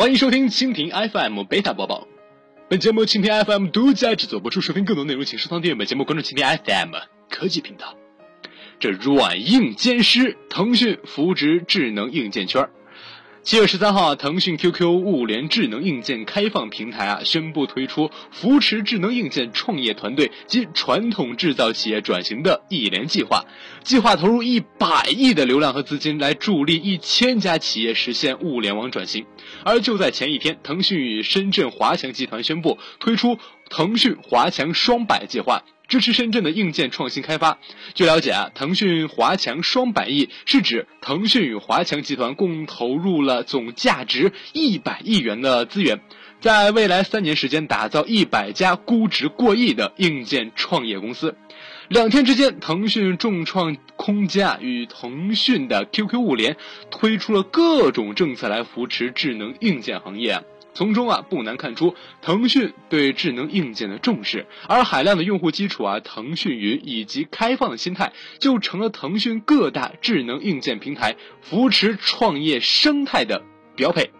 欢迎收听蜻蜓 FM 贝塔播报。本节目蜻蜓 FM 独家制作播出，收听更多内容请收藏订阅本节目，关注蜻蜓 FM 科技频道。这软硬兼施，腾讯扶植智能硬件圈。7月13号，腾讯 QQ 物联智能硬件开放平台宣布推出扶持智能硬件创业团队及传统制造企业转型的一联计划，计划投入100亿的流量和资金来助力1000家企业实现物联网转型。而就在前一天，腾讯与深圳华强集团宣布推出腾讯华强双百计划，支持深圳的硬件创新开发。据了解腾讯华强双百亿是指腾讯与华强集团共投入了总价值100亿元的资源，在未来3年时间打造100家估值过亿的硬件创业公司。2天之间，腾讯众创空间与腾讯的 QQ 物联推出了各种政策来扶持智能硬件行业从中不难看出腾讯对智能硬件的重视，而海量的用户基础腾讯云以及开放的心态就成了腾讯各大智能硬件平台扶持创业生态的标配。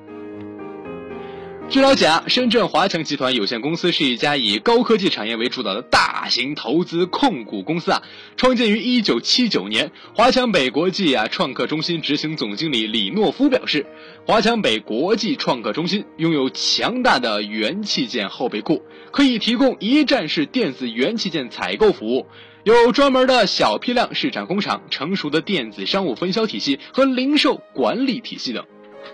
据了解深圳华强集团有限公司是一家以高科技产业为主导的大型投资控股公司创建于1979年。华强北国际创客中心执行总经理李诺夫表示，华强北国际创客中心拥有强大的元器件后备库，可以提供一站式电子元器件采购服务，有专门的小批量市场工厂、成熟的电子商务分销体系和零售管理体系等。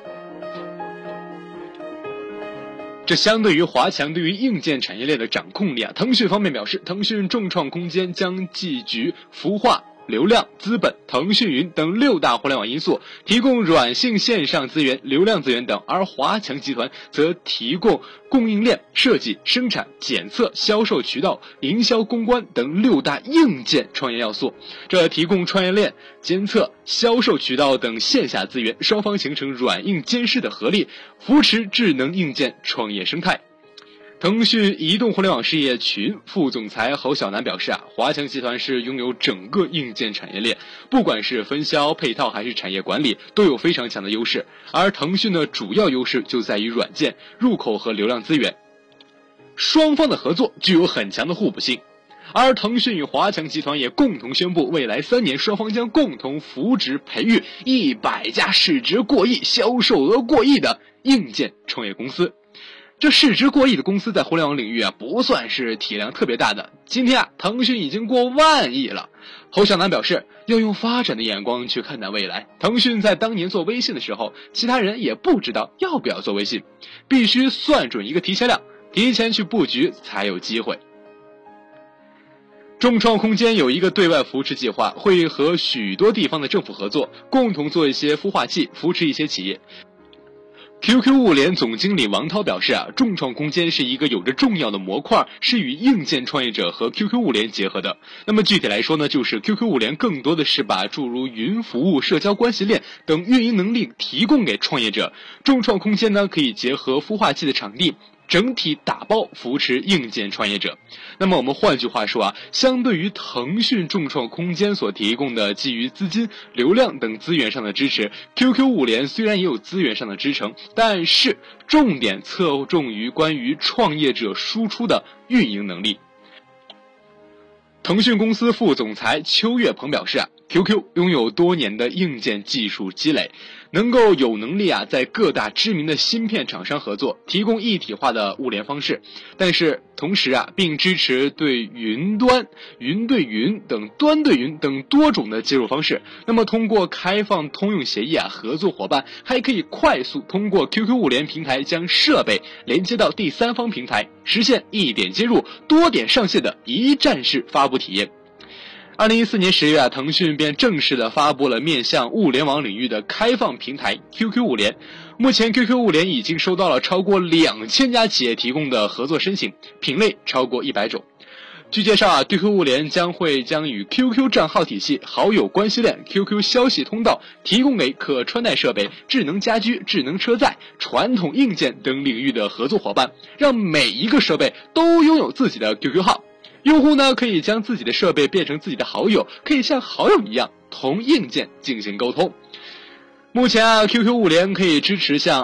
这相对于华强对于硬件产业链的掌控力腾讯方面表示，腾讯众创空间将寄居孵化、流量、资本、腾讯云等6大互联网因素，提供软性线上资源、流量资源等，而华强集团则提供供应链、设计、生产、检测、销售渠道、营销公关等6大硬件创业要素，这提供创业链、监测、销售渠道等线下资源，双方形成软硬兼施的合力，扶持智能硬件创业生态。腾讯移动互联网事业群副总裁侯晓楠表示华强集团是拥有整个硬件产业链，不管是分销、配套还是产业管理都有非常强的优势，而腾讯的主要优势就在于软件、入口和流量资源，双方的合作具有很强的互补性。而腾讯与华强集团也共同宣布，未来3年双方将共同扶植培育100家市值过亿、销售额过亿的硬件创业公司。这市值过亿的公司在互联网领域不算是体量特别大的，今天腾讯已经过万亿了。侯晓楠表示，要用发展的眼光去看待未来。腾讯在当年做微信的时候，其他人也不知道要不要做微信，必须算准一个提前量，提前去布局才有机会。众创空间有一个对外扶持计划，会和许多地方的政府合作，共同做一些孵化器，扶持一些企业。QQ 物联总经理王涛表示众创空间是一个有着重要的模块，是与硬件创业者和 QQ 物联结合的。那么具体来说呢，就是 QQ 物联更多的是把诸如云服务、社交关系链等运营能力提供给创业者，众创空间呢可以结合孵化器的场地，整体打包扶持硬件创业者。那么我们换句话说相对于腾讯众创空间所提供的基于资金、流量等资源上的支持， QQ 物联虽然也有资源上的支撑，但是重点侧重于关于创业者输出的运营能力。腾讯公司副总裁邱月鹏表示QQ 拥有多年的硬件技术积累，能够有能力在各大知名的芯片厂商合作，提供一体化的物联方式，但是同时并支持对云端、云对云等端对云等多种的接入方式。那么通过开放通用协议合作伙伴还可以快速通过 QQ 物联平台将设备连接到第三方平台，实现一点接入、多点上线的一站式发布体验。2014年10月腾讯便正式的发布了面向物联网领域的开放平台 QQ 物联。目前 QQ 物联已经收到了超过2000家企业提供的合作申请，品类超过100种。据介绍QQ 物联将与 QQ 账号体系、好友关系链、QQ 消息通道提供给可穿戴设备、智能家居、智能车载、传统硬件等领域的合作伙伴，让每一个设备都拥有自己的 QQ 号。用户呢可以将自己的设备变成自己的好友，可以像好友一样同硬件进行沟通。 目前啊 ，QQ 互联可以支持像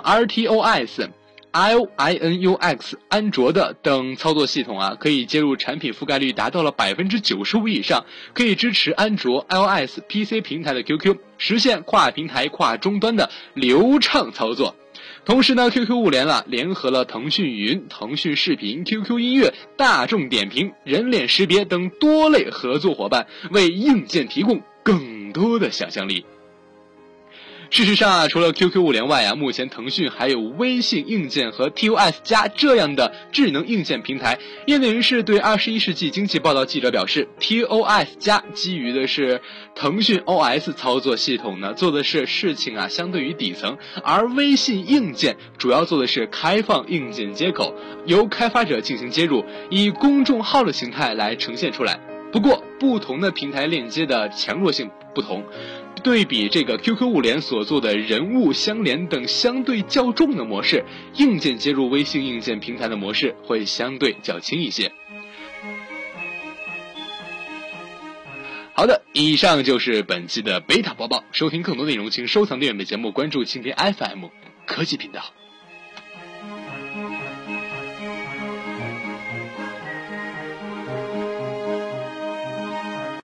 RTOS、Linux、安卓的等操作系统啊，可以接入产品覆盖率达到了95%以上，可以支持安卓、iOS、PC 平台的 QQ， 实现跨平台、跨终端的流畅操作。同时呢 ，QQ 互联联合了腾讯云、腾讯视频、QQ 音乐、大众点评、人脸识别等多类合作伙伴，为硬件提供更多的想象力。事实上啊，除了 QQ 互联外啊，目前腾讯还有微信硬件和 TOS 加这样的智能硬件平台。业内人士对21世纪经济报道记者表示 ，TOS 加基于的是腾讯 OS 操作系统呢，做的是事情啊，相对于底层，而微信硬件主要做的是开放硬件接口，由开发者进行接入，以公众号的形态来呈现出来。不过，不同的平台链接的强弱性不同。对比这个 QQ 互联所做的人物相连等相对较重的模式，硬件接入微信硬件平台的模式会相对较轻一些。好的，以上就是本期的贝塔播报。收听更多内容，请收藏订阅本节目，关注蜻蜓 FM 科技频道。